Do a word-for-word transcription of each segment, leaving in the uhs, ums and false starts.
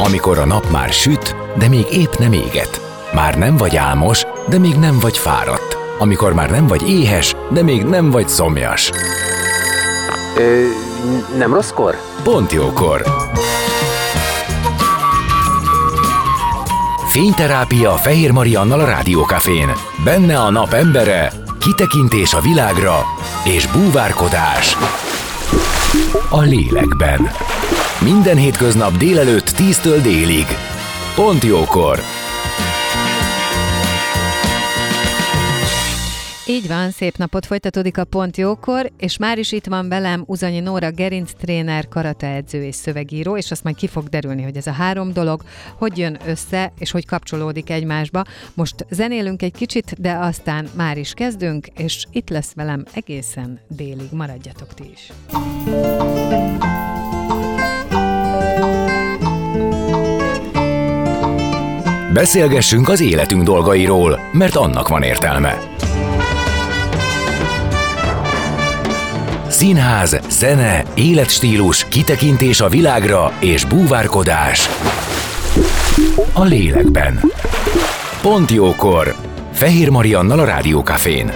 amikor a nap már süt, de még épp nem éget. Már nem vagy álmos, de még nem vagy fáradt. Amikor már nem vagy éhes, de még nem vagy szomjas. Ö, nem rosszkor? Pont jókor. Fényterápia Fehér Mariannal a Rádiókafén. Benne a nap embere, kitekintés a világra és búvárkodás a lélekben. Minden hétköznap délelőtt tíztől délig. Pont jókor. Így van, szép napot, folytatódik a Pont jókor, és már is itt van velem Uzanyi Nóra, gerinctréner, karateedző és szövegíró, és azt majd ki fog derülni, hogy ez a három dolog hogy jön össze, és hogy kapcsolódik egymásba. Most zenélünk egy kicsit, de aztán már is kezdünk, és itt lesz velem egészen délig. Maradjatok ti is! Beszélgessünk az életünk dolgairól, mert annak van értelme. Színház, zene, életstílus, kitekintés a világra és búvárkodás a lélekben. Pont jókor. Fehér Mariannal a Rádiókafén.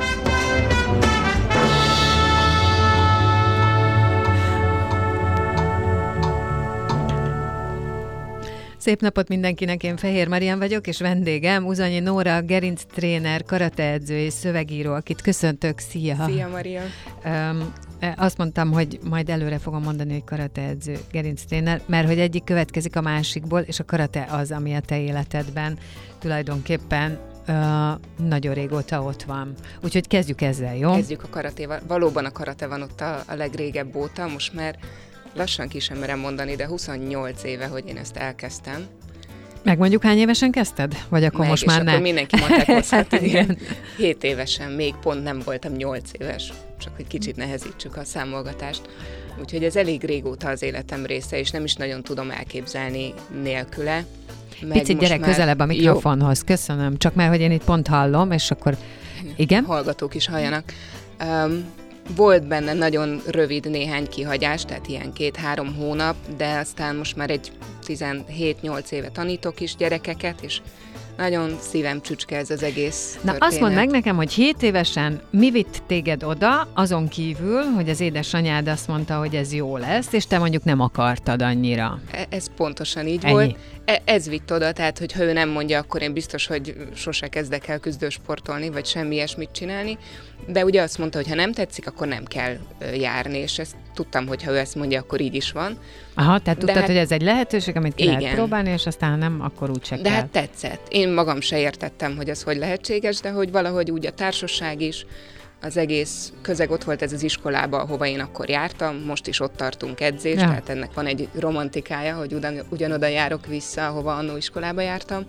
Szép napot mindenkinek, én Fehér Marian vagyok, és vendégem Uzanyi Nóra, gerinctréner, karateedző és szövegíró, akit köszöntök. Szia! Szia, Maria! Um, azt mondtam, hogy majd előre fogom mondani, hogy karateedző, gerinctréner, mert hogy egyik következik a másikból, és a karate az, ami a te életedben tulajdonképpen uh, nagyon régóta ott van. Úgyhogy kezdjük ezzel, jó? Kezdjük a karatéval. Valóban a karate van ott a, a legrégebb óta, most már lassan ki sem merem mondani, de huszonnyolc éve, hogy én ezt elkezdtem. Megmondjuk, hány évesen kezdted? Vagy akkor Meg, most és már akkor ne? mindenki matekozhat, igen. Hét évesen, még pont nem voltam nyolc éves, csak hogy kicsit nehezítsük a számolgatást. Úgyhogy ez elég régóta az életem része, és nem is nagyon tudom elképzelni nélküle. Meg Picit gyerek már... közelebb a mikrofonhoz, jó. Köszönöm. Csak mert, hogy én itt pont hallom, és akkor igen? Hallgatók is halljanak. Um, Volt benne nagyon rövid néhány kihagyás, tehát ilyen két-három hónap, de aztán most már egy tizenhét-nyolc éve tanítok is gyerekeket, és nagyon szívem csücske ez az egész Na történet. azt mondd meg nekem, hogy hét évesen mi vitt téged oda, azon kívül, hogy az édesanyád azt mondta, hogy ez jó lesz, és te mondjuk nem akartad annyira. Ez pontosan így Ennyi. volt. Ez vitt oda, tehát hogyha ő nem mondja, akkor én biztos, hogy sose kezdek el küzdősportolni, vagy semmi ilyesmit csinálni. De ugye azt mondta, hogy ha nem tetszik, akkor nem kell járni, és ezt tudtam, hogy ha ő ezt mondja, akkor így is van. Aha, tehát tudtad, hát, hogy ez egy lehetőség, amit ki igen. lehet próbálni, és aztán nem, akkor úgy se De kell. hát tetszett. Én magam se értettem, hogy ez hogy lehetséges, de hogy valahogy úgy a társaság is, az egész közeg ott volt ez az iskolába, ahova én akkor jártam, most is ott tartunk edzést, ja. Tehát ennek van egy romantikája, hogy ugyan, ugyanoda járok vissza, ahova annó iskolába jártam.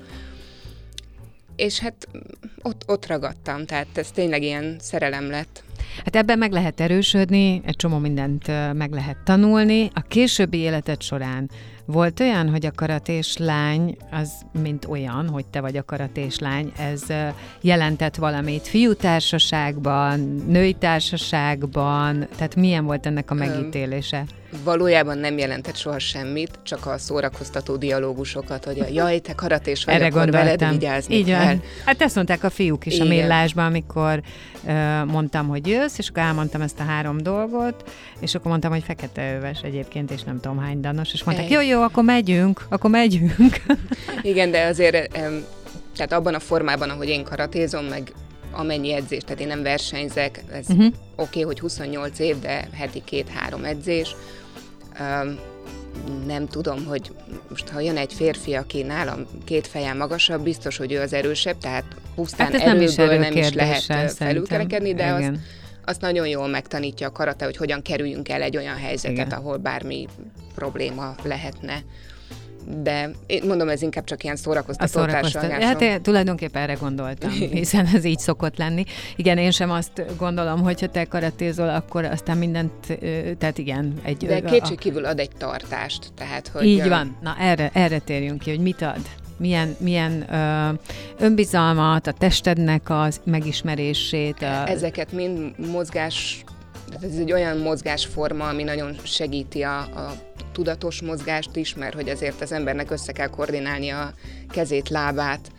És hát ott, ott ragadtam, tehát ez tényleg ilyen szerelem lett. Hát ebben meg lehet erősödni, egy csomó mindent meg lehet tanulni. A későbbi életed során volt olyan, hogy a karatés lány, az mint olyan, hogy te vagy a karatés lány, ez jelentett valamit fiútársaságban, női társaságban, tehát milyen volt ennek a megítélése? Valójában nem jelentett soha semmit, csak a szórakoztató dialógusokat, hogy a jaj, te karatés vagy, erre akkor veled vigyázni így kell. Van. Hát ezt mondták a fiúk is. Igen. A Millásban, amikor uh, mondtam, hogy jössz, és akkor elmondtam ezt a három dolgot, és akkor mondtam, hogy feketeöves egyébként, és nem tudom hány danos, és mondták, jó, jó, akkor megyünk, akkor megyünk. Igen, de azért, tehát abban a formában, ahogy én karatézom, meg amennyi edzés, tehát én nem versenyzek, ez uh-huh. oké, okay, hogy huszonnyolc év, de heti két-három edzés. Um, nem tudom, hogy most ha jön egy férfi, aki nálam két fejen magasabb, biztos, hogy ő az erősebb, tehát pusztán hát erőből nem is, erő nem is lehet felülkerekedni, de azt, azt nagyon jól megtanítja a karate, hogy hogyan kerüljünk el egy olyan helyzetet, igen. ahol bármi probléma lehetne. De én mondom, ez inkább csak ilyen szórakoztató társadalmásom. Hát én tulajdonképpen erre gondoltam, hiszen ez így szokott lenni. Igen, én sem azt gondolom, hogy ha te karatézol, akkor aztán mindent, tehát igen. Egy, de kétségkívül ad egy tartást. Tehát, hogy így van. Na erre, erre térjünk ki, hogy mit ad? Milyen, milyen ö, önbizalmat, a testednek az megismerését. A... Ezeket mind mozgás ez egy olyan mozgásforma, ami nagyon segíti a, a tudatos mozgást is, mert hogy azért az embernek össze kell koordinálni a kezét, lábát,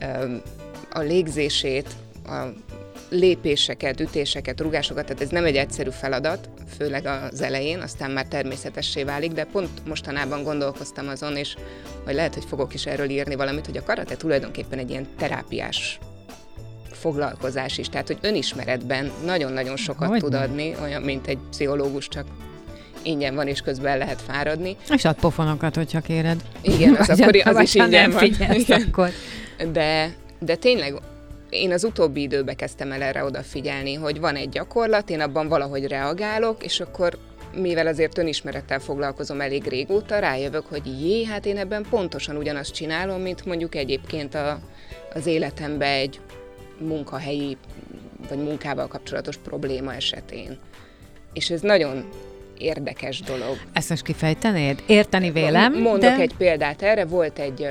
a légzését, a lépéseket, ütéseket, rúgásokat, tehát ez nem egy egyszerű feladat, főleg az elején, aztán már természetessé válik, de pont mostanában gondolkoztam azon, és hogy lehet, hogy fogok is erről írni valamit, hogy a karate tulajdonképpen egy ilyen terápiás foglalkozás is, tehát hogy önismeretben nagyon-nagyon sokat hogy tud nem? adni, olyan, mint egy pszichológus, csak ingyen van, és közben lehet fáradni. És ad pofonokat, hogyha kéred. Igen, az, akkor, az is ingyen van. Figyelsz, akkor. De, de tényleg én az utóbbi időben kezdtem el erre odafigyelni, hogy van egy gyakorlat, én abban valahogy reagálok, és akkor mivel azért önismerettel foglalkozom elég régóta, rájövök, hogy jé, hát én ebben pontosan ugyanazt csinálom, mint mondjuk egyébként a, az életemben egy munkahelyi vagy munkával kapcsolatos probléma esetén. És ez nagyon érdekes dolog. Ezt most kifejtenéd? Érteni vélem, Mondok de... egy példát erre, volt egy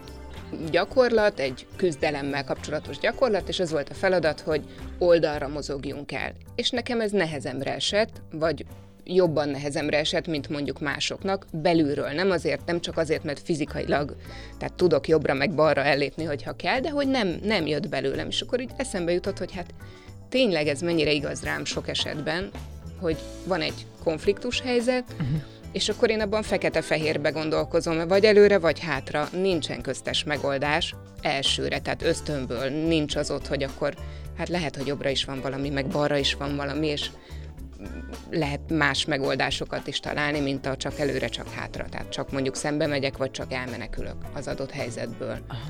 gyakorlat, egy küzdelemmel kapcsolatos gyakorlat, és az volt a feladat, hogy oldalra mozogjunk el. És nekem ez nehezemre esett, vagy jobban nehezemre esett, mint mondjuk másoknak, belülről. Nem azért, nem csak azért, mert fizikailag, tehát tudok jobbra meg balra ellépni, hogyha kell, de hogy nem, nem jött belőlem. És akkor így eszembe jutott, hogy hát tényleg ez mennyire igaz rám sok esetben, hogy van egy konfliktus helyzet, uh-huh. és akkor én abban fekete-fehérbe gondolkozom, vagy előre, vagy hátra, nincsen köztes megoldás elsőre, tehát ösztönből nincs az ott, hogy akkor hát lehet, hogy jobbra is van valami, meg balra is van valami, és lehet más megoldásokat is találni, mint a csak előre, csak hátra. Tehát csak mondjuk szembe megyek, vagy csak elmenekülök az adott helyzetből. Aha.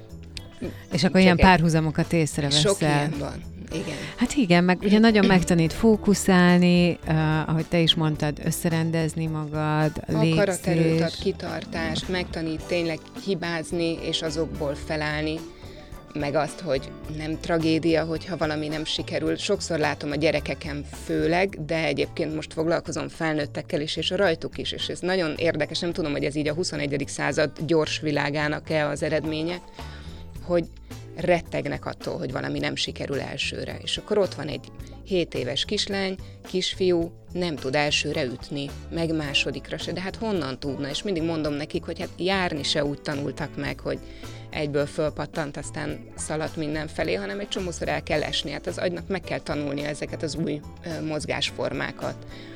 És akkor csak ilyen párhuzamokat észreveszel. Sok ilyen van. Igen. Hát igen, meg ugye nagyon megtanít fókuszálni, uh, ahogy te is mondtad, összerendezni magad, a légzés. Akaraterőt ad, kitartást, megtanít tényleg hibázni, és azokból felállni, meg azt, hogy nem tragédia, hogyha valami nem sikerül. Sokszor látom a gyerekeken főleg, de egyébként most foglalkozom felnőttekkel is, és a rajtuk is, és ez nagyon érdekes, nem tudom, hogy ez így a huszonegyedik század gyors világának-e az eredménye, hogy rettegnek attól, hogy valami nem sikerül elsőre. És akkor ott van egy hét éves kislány, kisfiú, nem tud elsőre ütni, meg másodikra se, de hát honnan tudna? És mindig mondom nekik, hogy hát járni se úgy tanultak meg, hogy egyből fölpattant, aztán szaladt mindenfelé, hanem egy csomószor el kell esni. Hát az agynak meg kell tanulnia ezeket az új ö, mozgásformákat.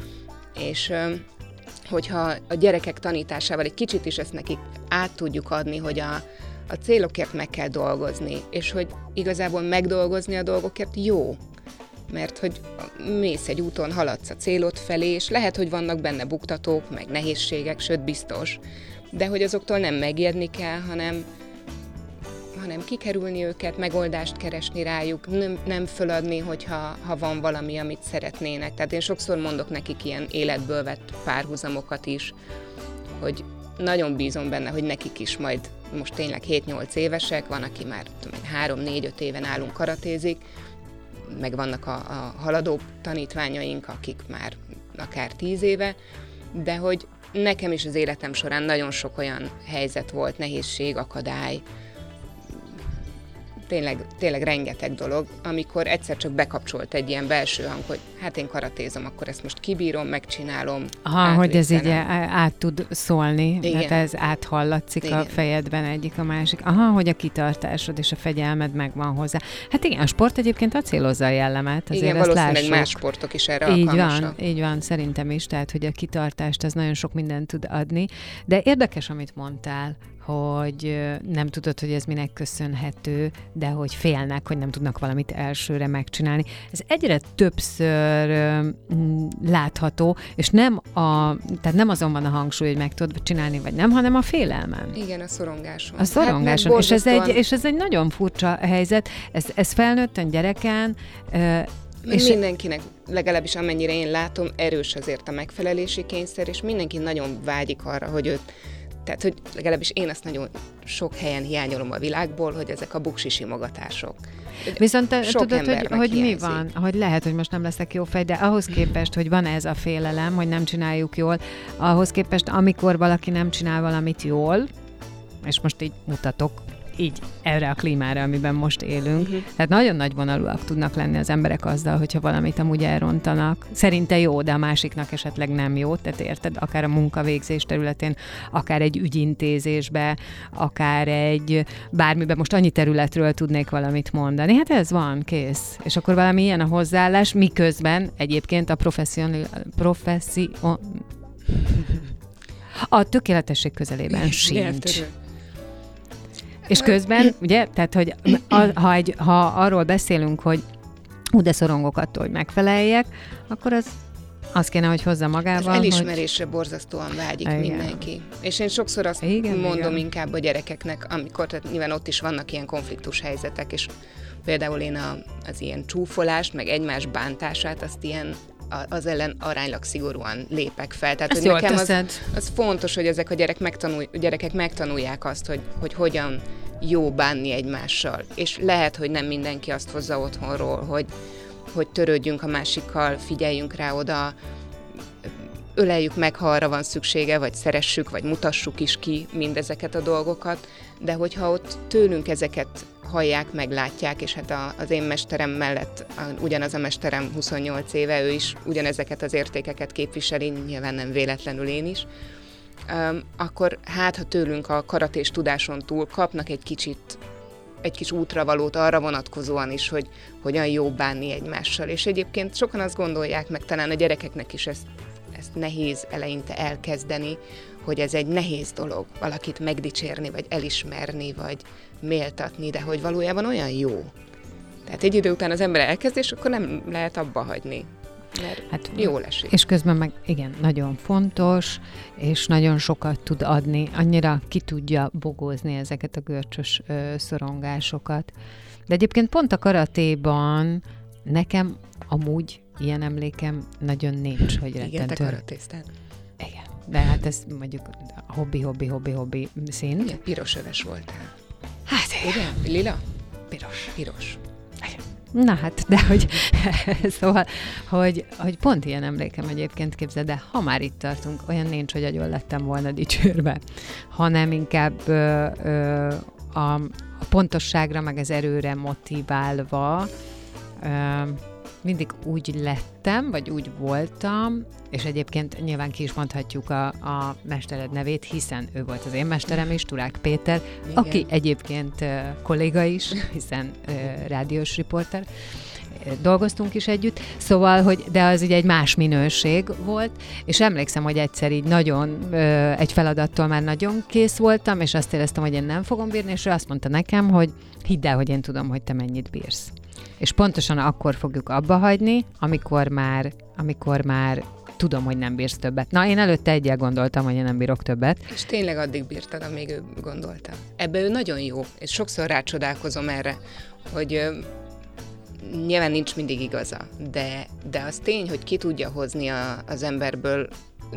És ö, hogyha a gyerekek tanításával egy kicsit is ezt nekik át tudjuk adni, hogy a A célokért meg kell dolgozni, és hogy igazából megdolgozni a dolgokért jó, mert hogy mész egy úton, haladsz a célod felé, és lehet, hogy vannak benne buktatók, meg nehézségek, sőt biztos, de hogy azoktól nem megijedni kell, hanem, hanem kikerülni őket, megoldást keresni rájuk, nem, nem föladni, hogyha ha van valami, amit szeretnének. Tehát én sokszor mondok nekik ilyen életből vett párhuzamokat is, hogy nagyon bízom benne, hogy nekik is majd most tényleg hét-nyolc évesek, van, aki már három-négy-öt éven nálunk karatézik, meg vannak a, a haladó tanítványaink, akik már akár tíz éve, de hogy nekem is az életem során nagyon sok olyan helyzet volt, nehézség, akadály, tényleg, tényleg rengeteg dolog, amikor egyszer csak bekapcsolt egy ilyen belső hang, hogy hát én karatézom, akkor ezt most kibírom, megcsinálom. Aha, hogy ez így át tud szólni, igen. tehát ez áthallatszik igen. a fejedben egyik a másik. Aha, hogy a kitartásod és a fegyelmed megvan hozzá. Hát igen, a sport egyébként acélozza a jellemet. Azért igen, valószínűleg más sportok is erre így alkalmasak. Van, így van, szerintem is, tehát hogy a kitartást az nagyon sok mindent tud adni. De érdekes, amit mondtál, hogy nem tudod, hogy ez minek köszönhető, de hogy félnek, hogy nem tudnak valamit elsőre megcsinálni. Ez egyre többször uh, látható, és nem, a, tehát nem azon van a hangsúly, hogy meg tudod csinálni, vagy nem, hanem a félelmen. Igen, a szorongáson. A szorongáson, hát és, ez egy, és ez egy nagyon furcsa helyzet. Ez, ez felnőtten, gyereken, uh, és mindenkinek, legalábbis amennyire én látom, erős azért a megfelelési kényszer, és mindenki nagyon vágyik arra, hogy őt Tehát, hogy legalábbis én azt nagyon sok helyen hiányolom a világból, hogy ezek a buksi simogatások. Viszont te tudod, hogy, hogy mi van? Hogy lehet, hogy most nem leszek jó fej, de ahhoz képest, hogy van ez a félelem, hogy nem csináljuk jól, ahhoz képest, amikor valaki nem csinál valamit jól, és most így mutatok így erre a klímára, amiben most élünk. Uh-huh. Tehát nagyon nagy vonalúak tudnak lenni az emberek azzal, hogyha valamit amúgy elrontanak. Szerinte jó, de a másiknak esetleg nem jó. Tehát érted, akár a munkavégzés területén, akár egy ügyintézésbe, akár egy bármiben. Most annyi területről tudnék valamit mondani. Hát ez van, kész. És akkor valami ilyen a hozzáállás, miközben egyébként a professzionál... Professzi... A tökéletesség közelében sincs. És közben, ugye, tehát, hogy a, ha, egy, ha arról beszélünk, hogy ú, de szorongok attól, hogy megfeleljek, akkor az azt kéne, hogy hozza magával, az elismerésre hogy... borzasztóan vágyik igen. mindenki. És én sokszor azt igen, mondom igen. inkább a gyerekeknek, amikor tehát nyilván ott is vannak ilyen konfliktus helyzetek, és például én a, az ilyen csúfolást, meg egymás bántását, azt ilyen az ellen aránylag szigorúan lépek fel. Tehát, hogy nekem az, az fontos, hogy ezek a gyerek megtanulj, gyerekek megtanulják azt, hogy, hogy hogyan jó bánni egymással. És lehet, hogy nem mindenki azt hozza otthonról, hogy, hogy törődjünk a másikkal, figyeljünk rá oda, öleljük meg, ha arra van szüksége, vagy szeressük, vagy mutassuk is ki mindezeket a dolgokat, de hogyha ott tőlünk ezeket hallják, meglátják, és hát a, az én mesterem mellett, a, ugyanaz a mesterem huszonnyolc éve, ő is ugyanezeket az értékeket képviseli, nyilván nem véletlenül én is, um, akkor hát, ha tőlünk a karatés tudáson túl kapnak egy kicsit, egy kis útravalót arra vonatkozóan is, hogy hogyan jó bánni egymással. És egyébként sokan azt gondolják, meg talán a gyerekeknek is ezt, ezt nehéz eleinte elkezdeni, hogy ez egy nehéz dolog, valakit megdicsérni, vagy elismerni, vagy méltatni, de hogy valójában olyan jó. Tehát egy idő után az ember elkezd, és akkor nem lehet abba hagyni, mert hát, jól esik. És közben meg igen, nagyon fontos, és nagyon sokat tud adni, annyira ki tudja bogózni ezeket a görcsös ö, szorongásokat. De egyébként pont a karatéban nekem amúgy ilyen emlékem nagyon nincs, hogy rettentő. Igen, te karatéztál. Igen. De hát ez mondjuk hobbi, hobbi, hobbi, hobbi szint. Igen, piros öves voltál. Hát igen. Ugye? Lila? Piros. Piros. Na hát, de hogy szóval, hogy, hogy pont ilyen emlékem egyébként képzeld, de ha már itt tartunk, olyan nincs, hogy agyon lettem volna dicsőrbe, hanem inkább ö, ö, a, a pontosságra, meg az erőre motiválva ö, mindig úgy lettem, vagy úgy voltam, és egyébként nyilván ki is mondhatjuk a, a mestered nevét, hiszen ő volt az én mesterem is, Turák Péter, igen. aki egyébként uh, kolléga is, hiszen uh, rádiós riporter, dolgoztunk is együtt, szóval, hogy de az ugye egy más minőség volt, és emlékszem, hogy egyszer így nagyon, ö, egy feladattól már nagyon kész voltam, és azt éreztem, hogy én nem fogom bírni, és ő azt mondta nekem, hogy hidd el, hogy én tudom, hogy te mennyit bírsz. És pontosan akkor fogjuk abba hagyni, amikor már, amikor már tudom, hogy nem bírsz többet. Na, én előtte egyel gondoltam, hogy én nem bírok többet. És tényleg addig bírtad, amíg ő gondolta. Ebbe ő nagyon jó, és sokszor rácsodálkozom erre, hogy ö, nyilván nincs mindig igaza, de, de az tény, hogy ki tudja hozni a, az emberből,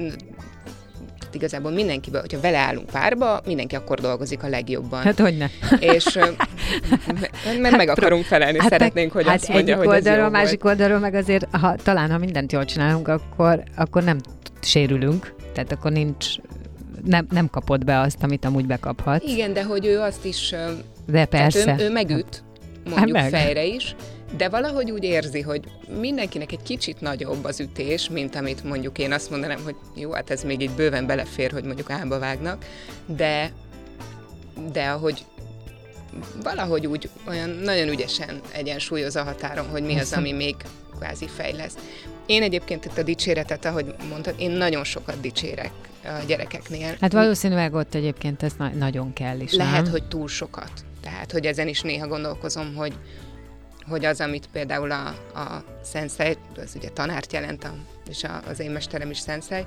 igazából mindenkiből, hogyha vele állunk párba, mindenki akkor dolgozik a legjobban. Hát hogyne. És mert meg akarunk felelni, hát szeretnénk, hogy hát azt mondja, hogy oldalról, ez jó a másik volt. oldalról meg azért, ha, talán ha mindent jól csinálunk, akkor, akkor nem sérülünk, tehát akkor nincs, nem, nem kapod be azt, amit amúgy bekaphatsz. Igen, de hogy ő azt is, de persze. Ő, ő megüt, mondjuk hát meg. fejre is, de valahogy úgy érzi, hogy mindenkinek egy kicsit nagyobb az ütés, mint amit mondjuk én azt mondanám, hogy jó, hát ez még így bőven belefér, hogy mondjuk álba vágnak, de, de ahogy valahogy úgy olyan nagyon ügyesen egyensúlyoz a határon, hogy mi az, ami még kvázi fejlesz. Én egyébként itt a dicséretet, ahogy mondtad, én nagyon sokat dicsérek a gyerekeknél. Hát valószínűleg ott egyébként ez na- nagyon kell is, Lehet, nem? hogy túl sokat. Tehát, hogy ezen is néha gondolkozom, hogy hogy az, amit például a, a szenszei, az ugye tanárt jelent, a, és a, az én mesterem is szenszei,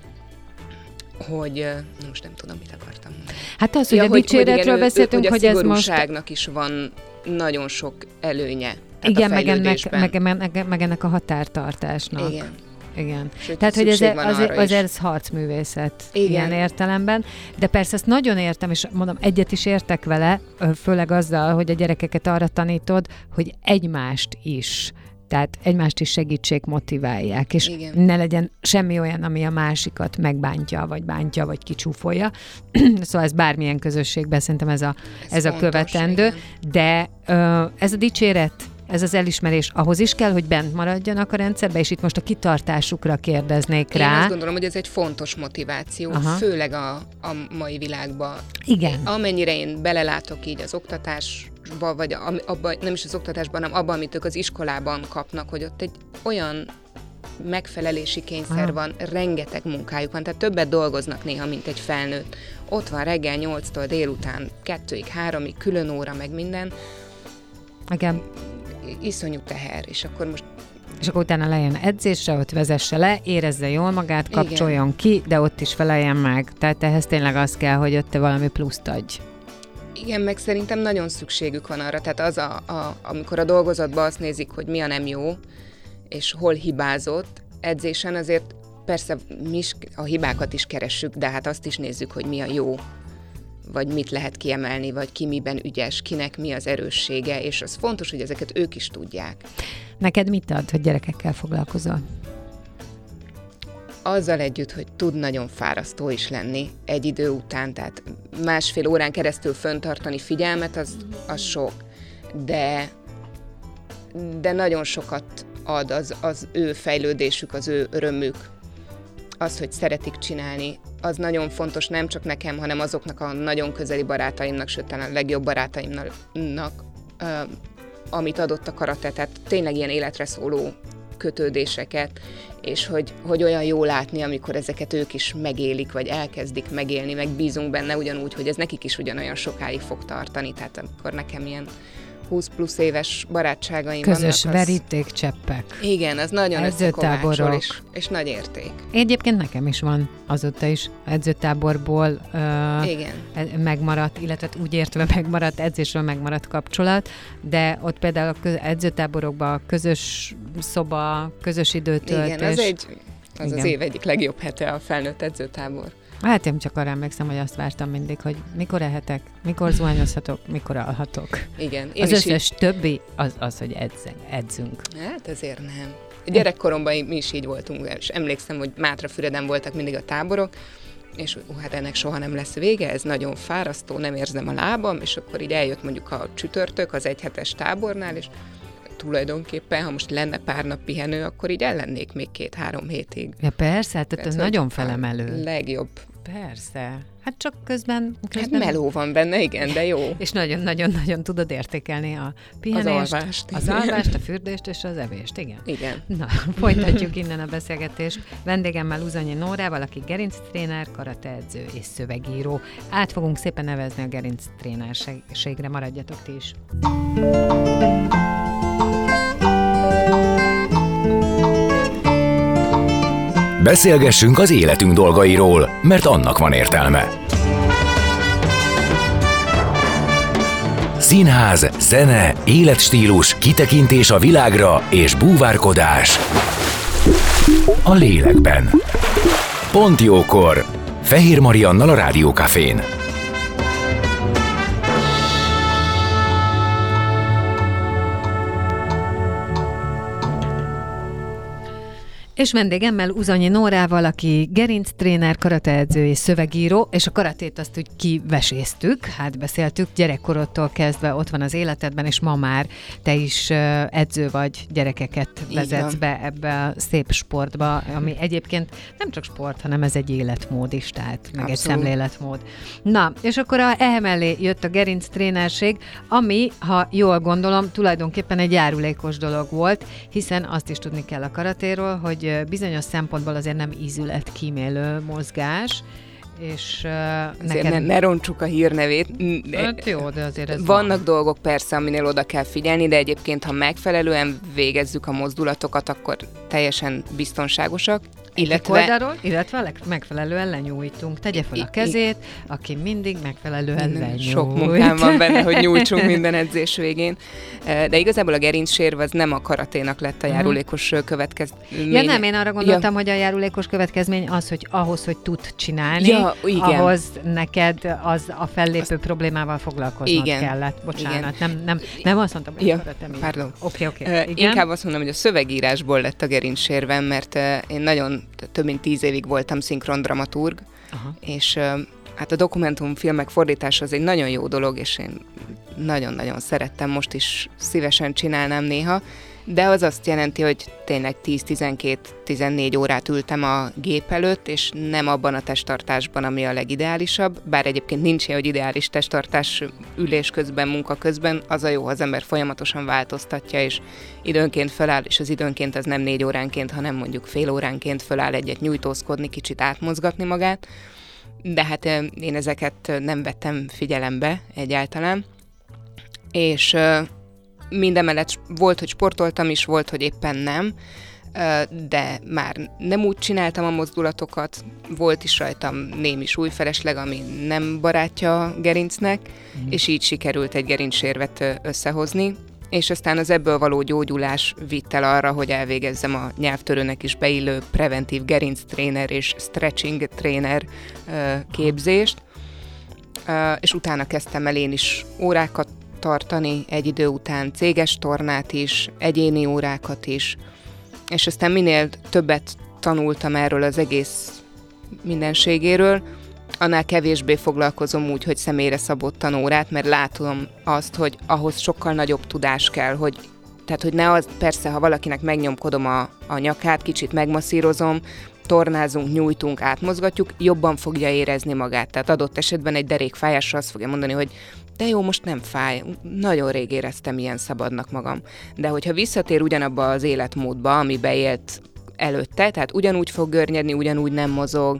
hogy most nem tudom, mit akartam mondani. Hát az, ja, hogy a dicséretről beszéltünk, hogy, hogy ez most... Hogy a szigorúságnak is van nagyon sok előnye. Igen, meg ennek, meg, meg, meg ennek a határtartásnak. Igen. Igen. Sőt, tehát, hogy ez, az, az ez harcművészet igen. ilyen értelemben, de persze ezt nagyon értem, és mondom, egyet is értek vele, főleg azzal, hogy a gyerekeket arra tanítod, hogy egymást is Tehát egymást is segítsék, motiválják, és Igen. ne legyen semmi olyan, ami a másikat megbántja, vagy bántja, vagy kicsúfolja. Szóval ez bármilyen közösségben szerintem ez a, ez Ez a fontos, követendő, igen. de ö, ez a dicséret, ez az elismerés ahhoz is kell, hogy bent maradjanak a rendszerbe, és itt most a kitartásukra kérdeznék Én rá. azt gondolom, hogy ez egy fontos motiváció, Aha. főleg a, a mai világban. Igen. Amennyire én belelátok így az oktatásba, vagy abba, nem is az oktatásban, hanem abban, amit ők az iskolában kapnak, hogy ott egy olyan megfelelési kényszer Aha. van, rengeteg munkájuk van, tehát többet dolgoznak néha, mint egy felnőtt. Ott van reggel nyolctól délután kettőig, háromig, külön óra, meg minden. Igen. Iszonyú teher, és akkor most És akkor utána lejön edzésre, ott vezesse le, érezze jól magát, kapcsoljon Igen. ki, de ott is feleljen meg. Tehát ehhez tényleg az kell, hogy ott te valami pluszt adj. igen, meg szerintem nagyon szükségük van arra, tehát az, a, a, amikor a dolgozatban azt nézik, hogy mi a nem jó, és hol hibázott, edzésen azért persze mi is a hibákat is keressük, de hát azt is nézzük, hogy mi a jó, vagy mit lehet kiemelni, vagy ki miben ügyes, kinek mi az erőssége, és az fontos, hogy ezeket ők is tudják. Neked mit ad, hogy gyerekekkel foglalkozol? Azzal együtt, hogy tud nagyon fárasztó is lenni egy idő után, tehát másfél órán keresztül föntartani figyelmet, az, az sok, de, de nagyon sokat ad az, az ő fejlődésük, az ő örömük, az, hogy szeretik csinálni, az nagyon fontos nem csak nekem, hanem azoknak a nagyon közeli barátaimnak, sőt, talán a legjobb barátaimnak, uh, amit adott a karate, tehát tényleg ilyen életre szóló kötődéseket, és hogy, hogy olyan jó látni, amikor ezeket ők is megélik, vagy elkezdik megélni, meg bízunk benne ugyanúgy, hogy ez nekik is ugyanolyan sokáig fog tartani, tehát amikor nekem ilyen húsz plusz éves barátságaim Közös vannak. verítékcseppek. Igen, az nagyon összekovácsol, Edzőtáborok. és, és nagy érték. Egyébként nekem is van azóta is edzőtáborból uh, Igen. megmaradt, illetve úgy értve megmaradt, edzésről megmaradt kapcsolat, de ott például a köz- edzőtáborokban közös szoba, közös időtöltés. Igen, az, egy, az Igen. az év egyik legjobb hete a felnőtt edzőtábor. Hát én csak arra emlékszem, hogy azt vártam mindig, hogy mikor ehetek, mikor zuhanyozhatok, mikor alhatok. Igen. Én Az is összes így, többi az, az hogy edzünk, edzünk. hát azért nem. Gyerekkoromban mi is így voltunk, és emlékszem, hogy Mátrafüreden voltak mindig a táborok, és uh, hát ennek soha nem lesz vége, ez nagyon fárasztó, nem érzem a lábam, és akkor így eljött mondjuk a csütörtök az egyhetes tábornál, és tulajdonképpen, ha most lenne pár nap pihenő, akkor így ellennék még két-három hétig. Ja persze, hát ez hogy nagyon a felemelő. Legjobb. Persze. Hát csak közben... Hát közben... meló van benne, igen, de jó. És nagyon-nagyon-nagyon tudod értékelni a pihenést, Az alvást. az alvást, a fürdést és az evést, igen. Igen. Na, folytatjuk innen a beszélgetést. Vendégemmel Uzanyi Nórával, aki gerinctréner, karateedző és szövegíró. Át fogunk szépen nevezni a gerinctrénerségre, maradjatok ti is. Beszélgessünk az életünk dolgairól, mert annak van értelme. Színház, zene, életstílus, kitekintés a világra és búvárkodás a lélekben. Pont jókor! Fehér Mariannal a Rádió Cafén. És vendégemmel Uzanyi Nórával, aki gerinctréner, karateedző és szövegíró, és a karatét azt úgy kiveséztük, hát beszéltük, gyerekkorodtól kezdve ott van az életedben, és ma már te is edző vagy, gyerekeket vezetsz be ebbe a szép sportba, ami egyébként nem csak sport, hanem ez egy életmód is, tehát meg Abszolút. egy szemléletmód. Na, és akkor a ehemellé jött a gerinctrénerség, ami, ha jól gondolom, tulajdonképpen egy járulékos dolog volt, hiszen azt is tudni kell a karatéról, hogy bizonyos szempontból azért nem ízületkímélő mozgás, és uh, Neked... Ne, ne roncsuk a hírnevét. Hát jó, de azért ez Vannak van. dolgok persze, aminél oda kell figyelni, de egyébként, ha megfelelően végezzük a mozdulatokat, akkor teljesen biztonságosak. Illetve, oldalról, illetve a megfelelően lenyújtunk. Tegye fel a kezét, aki mindig megfelelően lenyújt. Sok munkám van benne, hogy nyújtsunk minden edzés végén. De igazából a gerincsérv az nem a karaténak lett a járulékos következmény. Ja nem, én arra gondoltam, ja. hogy a járulékos következmény az, hogy ahhoz, hogy tud csinálni, ja, ahhoz neked az a fellépő azt... problémával foglalkoznod igen. kellett. Bocsánat, nem, nem, nem azt mondtam, hogy ja, a karate. Pardon. Oké, okay, oké. Okay. Uh, inkább azt mondom, hogy a szövegírásból lett a gerincsérvem, mert uh, én nagyon több mint tíz évig voltam szinkrondramaturg, aha. és uh, hát a dokumentumfilmek fordítása az egy nagyon jó dolog, és én nagyon-nagyon szerettem, most is szívesen csinálnám néha, de az azt jelenti, hogy tényleg tíz-tizenkét-tizennégy órát ültem a gép előtt, és nem abban a testtartásban, ami a legideálisabb, bár egyébként nincs ilyen, hogy ideális testtartás ülés közben, munka közben, az a jó, ha az ember folyamatosan változtatja, és időnként föláll, és az időnként az nem négy óránként, hanem mondjuk fél óránként föláll egyet nyújtózkodni, kicsit átmozgatni magát, de hát én ezeket nem vettem figyelembe egyáltalán, és mindemellett volt, hogy sportoltam is, volt, hogy éppen nem, de már nem úgy csináltam a mozdulatokat, volt is rajtam némi súlyfelesleg, ami nem barátja a gerincnek, mm. és így sikerült egy gerincsérvet összehozni, és aztán az ebből való gyógyulás vitt el arra, hogy elvégezzem a nyelvtörőnek is beillő preventív gerinctréner és stretching tréner képzést, és utána kezdtem el én is órákat tartani, egy idő után céges tornát is, egyéni órákat is, és aztán minél többet tanultam erről az egész mindenségéről, annál kevésbé foglalkozom úgy, hogy személyre szabott tanórát, mert látom azt, hogy ahhoz sokkal nagyobb tudás kell, hogy tehát, hogy ne az, persze, ha valakinek megnyomkodom a, a nyakát, kicsit megmasszírozom, tornázunk, nyújtunk, átmozgatjuk, jobban fogja érezni magát. Tehát adott esetben egy derékfájásra azt fogja mondani, hogy de jó, most nem fáj, nagyon rég éreztem ilyen szabadnak magam. De hogyha visszatér ugyanabba az életmódba, amiben élt előtte, tehát ugyanúgy fog görnyedni, ugyanúgy nem mozog,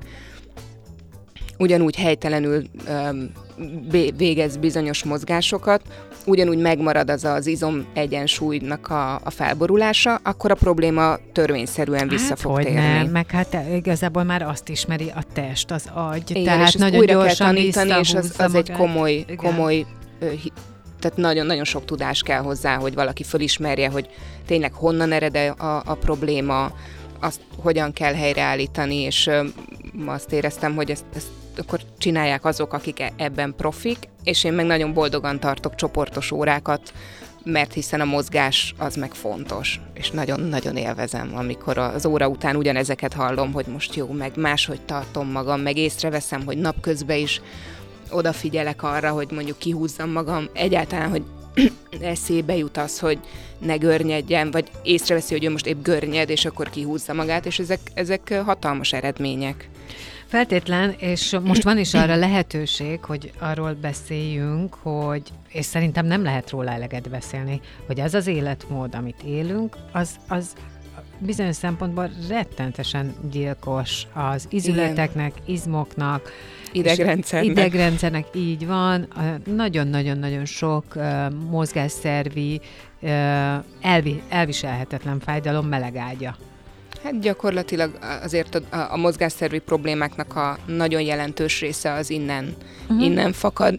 ugyanúgy helytelenül um, végez bizonyos mozgásokat, ugyanúgy megmarad az az izom egyensúlynak a, a felborulása, akkor a probléma törvényszerűen vissza hát, fog térni. Nem, meg hát igazából már azt ismeri a test, az agy, igen, tehát és nagyon újra gyorsan kell tanítani, és az, az egy komoly, igen. komoly tehát nagyon-nagyon sok tudás kell hozzá, hogy valaki fölismerje, hogy tényleg honnan ered a, a probléma, azt hogyan kell helyreállítani, és ö, azt éreztem, hogy ezt, ezt akkor csinálják azok, akik ebben profik, és én meg nagyon boldogan tartok csoportos órákat, mert hiszen a mozgás az meg fontos, és nagyon-nagyon élvezem, amikor az óra után ugyanezeket hallom, hogy most jó, meg máshogy tartom magam, meg észreveszem, hogy napközben is odafigyelek arra, hogy mondjuk kihúzzam magam, egyáltalán, hogy eszébe jut az, hogy ne görnyedjen, vagy észreveszi, hogy ő most épp görnyed, és akkor kihúzza magát, és ezek, ezek hatalmas eredmények. Feltétlen, és most van is arra lehetőség, hogy arról beszéljünk, hogy, és szerintem nem lehet róla eleget beszélni, hogy az az életmód, amit élünk, az, az bizonyos szempontból rettentesen gyilkos az izületeknek, igen. izmoknak, idegrendszernek. Idegrendszernek, így van. Nagyon-nagyon-nagyon sok uh, mozgásszervi, uh, elvi, elviselhetetlen fájdalom melegágya. Hát gyakorlatilag azért a, a mozgásszervi problémáknak a nagyon jelentős része az innen, uh-huh. innen fakad,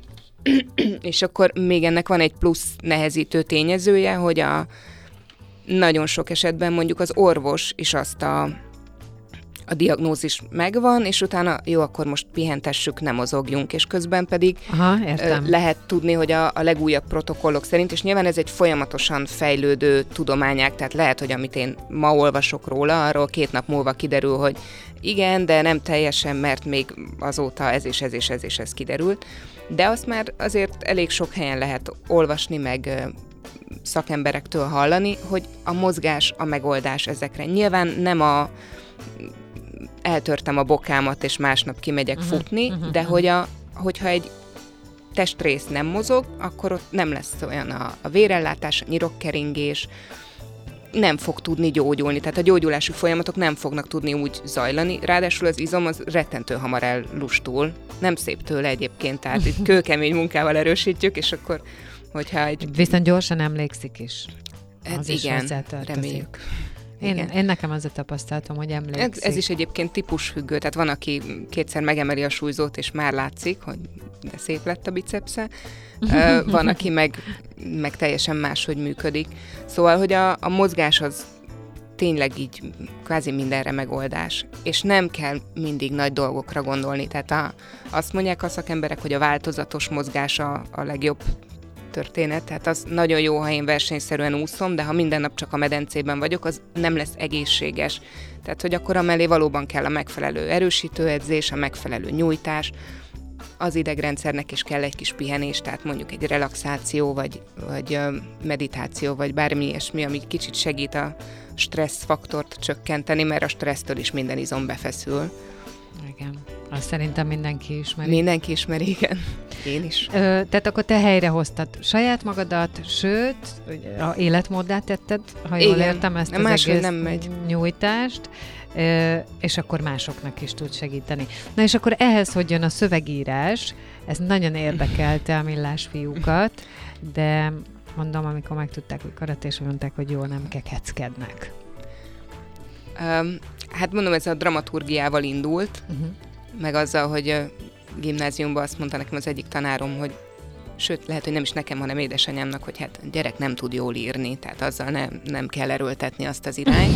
és akkor még ennek van egy plusz nehezítő tényezője, hogy a nagyon sok esetben mondjuk az orvos is azt a, a diagnózis megvan, és utána jó, akkor most pihentessük, ne mozogjunk, és közben pedig aha, értem. lehet tudni, hogy a, a legújabb protokollok szerint, és nyilván ez egy folyamatosan fejlődő tudományág, tehát lehet, hogy amit én ma olvasok róla, arról két nap múlva kiderül, hogy igen, de nem teljesen, mert még azóta ez és ez és ez és ez kiderült, de azt már azért elég sok helyen lehet olvasni, meg szakemberektől hallani, hogy a mozgás a megoldás ezekre. Nyilván nem a eltörtem a bokámat, és másnap kimegyek uh-huh, futni, uh-huh, de hogy a, hogyha egy testrész nem mozog, akkor ott nem lesz olyan a, a vérellátás, a nyirokkeringés, nem fog tudni gyógyulni, tehát a gyógyulási folyamatok nem fognak tudni úgy zajlani, ráadásul az izom az rettentő hamar ellustul, nem szép tőle egyébként, tehát itt kőkemény munkával erősítjük, és akkor hogyha egy... Viszont gyorsan emlékszik is. Hát igen, reméljük. Én, Igen. én nekem az a tapasztalatom, hogy emlékszik. Ez, ez is egyébként típusfüggő, tehát van, aki kétszer megemeli a súlyzót, és már látszik, hogy de szép lett a bicepsze. Van, aki meg, meg teljesen máshogy működik. Szóval, hogy a, a mozgás az tényleg így kvázi mindenre megoldás. És nem kell mindig nagy dolgokra gondolni. Tehát a, azt mondják a szakemberek, hogy a változatos mozgás a, a legjobb történet. Tehát az nagyon jó, ha én versenyszerűen úszom, de ha minden nap csak a medencében vagyok, az nem lesz egészséges. Tehát, hogy akkor amellé valóban kell a megfelelő erősítőedzés, a megfelelő nyújtás, az idegrendszernek is kell egy kis pihenés, tehát mondjuk egy relaxáció, vagy, vagy meditáció, vagy bármi ilyesmi, ami kicsit segít a stresszfaktort csökkenteni, mert a stressztől is minden izom befeszül. Igen. Azt szerintem mindenki ismeri. Mindenki ismeri, igen. Én is. Ö, tehát akkor te helyrehoztad saját magadat, sőt, a életmóddá tetted, ha jól igen. értem ezt Nem, az egész nem megy. nyújtást, ö, és akkor másoknak is tud segíteni. Na és akkor ehhez, hogy jön a szövegírás, ez nagyon érdekelte a millás fiúkat, de mondom, amikor megtudták, hogy karatés, mondták, hogy jól nem kekeckednek. Um, hát mondom, ez a dramaturgiával indult, uh-huh. meg azzal, hogy gimnáziumban azt mondta nekem az egyik tanárom, hogy sőt, lehet, hogy nem is nekem, hanem édesanyámnak, hogy hát a gyerek nem tud jól írni, tehát azzal nem, nem kell erőltetni azt az irányt.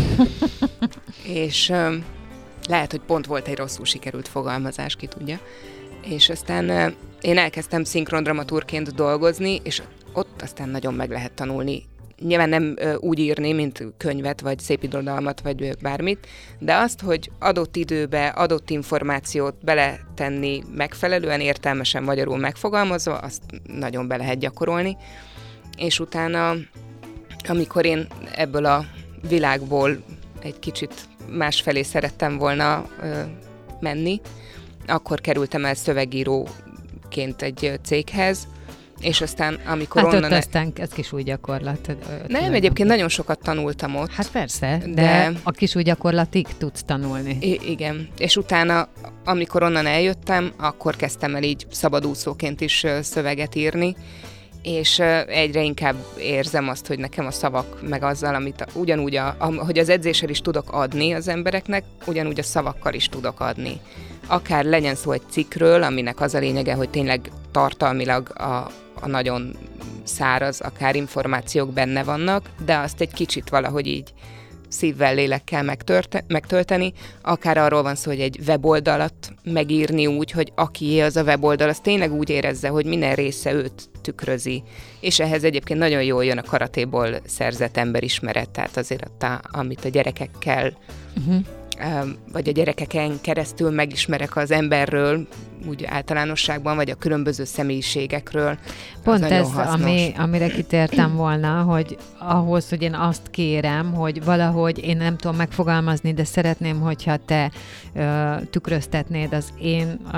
És um, lehet, hogy pont volt egy rosszul sikerült fogalmazás, ki tudja. És aztán uh, én elkezdtem szinkrondramatúrként dolgozni, és ott aztán nagyon meg lehet tanulni. Nyilván nem uh, úgy írni, mint könyvet, vagy szépirodalmat, vagy uh, bármit, de azt, hogy adott időbe adott információt beletenni megfelelően, értelmesen magyarul megfogalmazva, azt nagyon be lehet gyakorolni. És utána, amikor én ebből a világból egy kicsit másfelé szerettem volna uh, menni, akkor kerültem el szövegíróként egy céghez, és aztán, amikor hát onnan... ott aztán ez kis új gyakorlat. Nem, egyébként nagyon sokat tanultam ott. Hát persze, de, de a kis új gyakorlatig tudsz tanulni. I- igen, és utána, amikor onnan eljöttem, akkor kezdtem el így szabadúszóként is szöveget írni, és egyre inkább érzem azt, hogy nekem a szavak, meg azzal, amit a, ugyanúgy, a, a, hogy az edzéssel is tudok adni az embereknek, ugyanúgy a szavakkal is tudok adni. Akár legyen szó egy cikkről, aminek az a lényege, hogy tényleg tartalmilag a, a nagyon száraz, akár információk benne vannak, de azt egy kicsit valahogy így szívvel, lélekkel megtörte, megtölteni, akár arról van szó, hogy egy weboldalat megírni úgy, hogy akié az a weboldal, az tényleg úgy érezze, hogy minden része őt tükrözi. És ehhez egyébként nagyon jól jön a karatéból szerzett emberismeret, tehát azért, a, amit a gyerekekkel uh-huh. vagy a gyerekeken keresztül megismerek az emberről, úgy általánosságban, vagy a különböző személyiségekről. Pont ez, ami, amire kitértem volna, hogy ahhoz, hogy én azt kérem, hogy valahogy én nem tudom megfogalmazni, de szeretném, hogyha te ö, tükröztetnéd az én ö,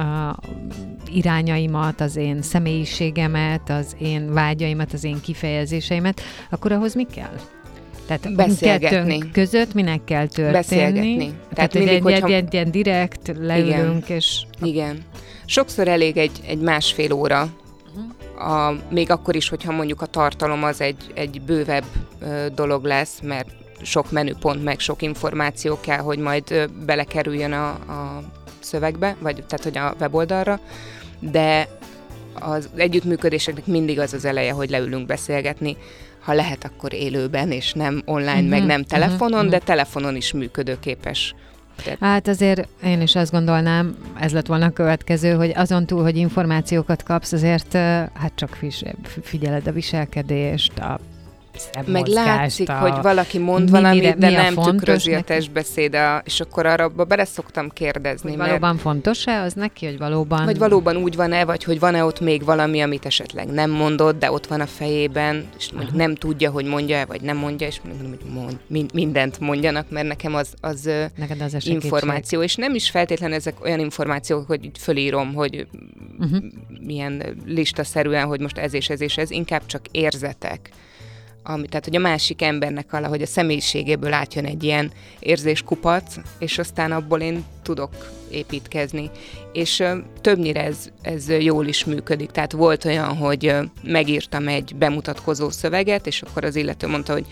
irányaimat, az én személyiségemet, az én vágyaimat, az én kifejezéseimet, akkor ahhoz mi kell? Tehát beszélgetni. Között minek kell történni? Beszélgetni. Tehát, Tehát mindig, egy, hogyha... egy, egy ilyen direkt leülünk, igen. és... Igen. Sokszor elég egy, egy másfél óra, uh-huh. a, még akkor is, hogyha mondjuk a tartalom az egy, egy bővebb ö, dolog lesz, mert sok menüpont, meg sok információ kell, hogy majd ö, belekerüljön a, a szövegbe, vagy tehát, hogy a weboldalra, de az együttműködéseknek mindig az az eleje, hogy leülünk beszélgetni, ha lehet, akkor élőben, és nem online, uh-huh, meg nem telefonon, uh-huh, de telefonon is működőképes. Tehát... Hát azért én is azt gondolnám, ez lett volna a következő, hogy azon túl, hogy információkat kapsz, azért hát csak figyeled a viselkedést, a meg látszik, a... hogy valaki mond valamit, de nem tükrözi neki? A testbeszéd, és akkor arra bele szoktam kérdezni. Hogy mert... valóban fontos-e az neki, hogy valóban... Vagy valóban úgy van-e, vagy hogy van-e ott még valami, amit esetleg nem mondott, de ott van a fejében, és mondjuk nem tudja, hogy mondja-e, vagy nem mondja, és mondom, hogy mond, mindent mondjanak, mert nekem az, az, az információ, és nem is feltétlenül ezek olyan információk, hogy fölírom, hogy uh-huh. milyen listaszerűen, hogy most ez és ez és ez, inkább csak érzetek. Ami, tehát, hogy a másik embernek valahogy a személyiségéből átjön egy ilyen érzéskupac, és aztán abból én tudok építkezni. És ö, többnyire ez, ez jól is működik. Tehát volt olyan, hogy ö, megírtam egy bemutatkozó szöveget, és akkor az illető mondta, hogy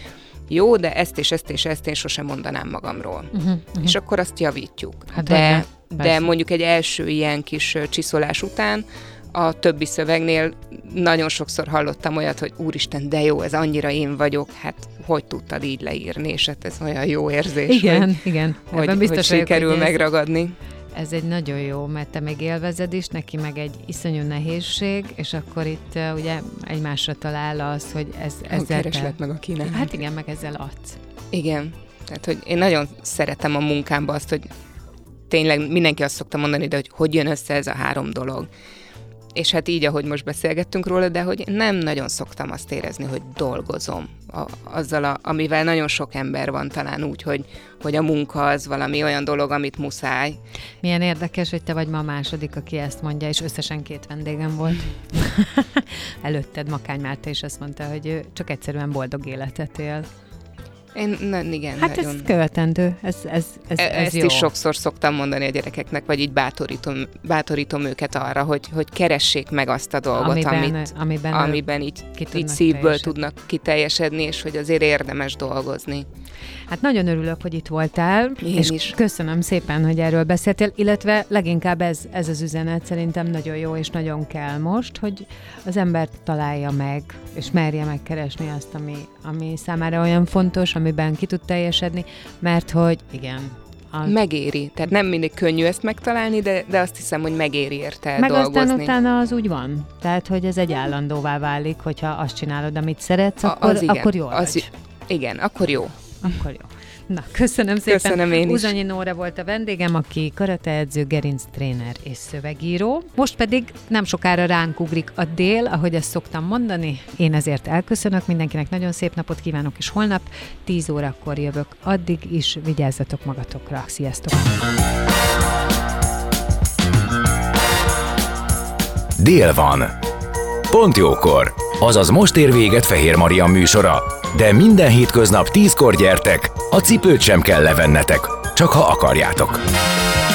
jó, de ezt és ezt és ezt én sosem mondanám magamról. Uh-huh, uh-huh. És akkor azt javítjuk. Hát de, de mondjuk egy első ilyen kis csiszolás után a többi szövegnél nagyon sokszor hallottam olyat, hogy úristen, de jó, ez annyira én vagyok, hát hogy tudtad így leírni, és hát ez olyan jó érzés, igen, hogy, igen. hogy, biztos hogy sikerül vagyok, megragadni. Ez egy nagyon jó, mert te még élvezed is, neki meg egy iszonyú nehézség, és akkor itt uh, ugye egymásra talál az, hogy ez, ezzel... Kereslet meg a kínálat. Hát igen, meg ezzel adsz. Igen, tehát hogy én nagyon szeretem a munkámba azt, hogy tényleg mindenki azt szokta mondani, de hogy hogy jön össze ez a három dolog. És hát így, ahogy most beszélgettünk róla, de hogy nem nagyon szoktam azt érezni, hogy dolgozom a, azzal, a, amivel nagyon sok ember van talán úgy, hogy, hogy a munka az valami olyan dolog, amit muszáj. Milyen érdekes, hogy te vagy ma a második, aki ezt mondja, és összesen két vendégem volt. Előtted Makány Márta is azt mondta, hogy ő csak egyszerűen boldog életet él. Én, na, igen, hát nagyon... ez követendő, ez, ez, ez, ez Ezt jó. is sokszor szoktam mondani a gyerekeknek, vagy így bátorítom, bátorítom őket arra, hogy, hogy keressék meg azt a dolgot, amiben, amit, amiben, amiben így, így szívből teljesedni. Tudnak kiteljesedni, és hogy azért érdemes dolgozni. Hát nagyon örülök, hogy itt voltál, Én és is. Köszönöm szépen, hogy erről beszéltél, illetve leginkább ez, ez az üzenet szerintem nagyon jó, és nagyon kell most, hogy az ember találja meg, és merje megkeresni azt, ami, ami számára olyan fontos, amiben ki tud teljesedni, mert hogy igen. A... Megéri. Tehát nem mindig könnyű ezt megtalálni, de, de azt hiszem, hogy megéri érte meg dolgozni. Meg aztán utána az úgy van. Tehát, hogy ez egy állandóvá válik, hogyha azt csinálod, amit szeretsz, a, akkor, igen, akkor jól az, vagy. Igen, akkor jó. Akkor jó. Na, köszönöm szépen. Köszönöm én is. Uzsonyi Nóra volt a vendégem, aki karateedző, gerinctréner és szövegíró. Most pedig nem sokára ránk ugrik a dél, ahogy ezt szoktam mondani. Én ezért elköszönök, mindenkinek nagyon szép napot kívánok, és holnap tíz órakor jövök. Addig is vigyázzatok magatokra. Sziasztok! Dél van. Pont jókor. Azaz most ér véget Fehér Maria műsora. De minden hétköznap tízkor gyertek, a cipőt sem kell levennetek, csak ha akarjátok.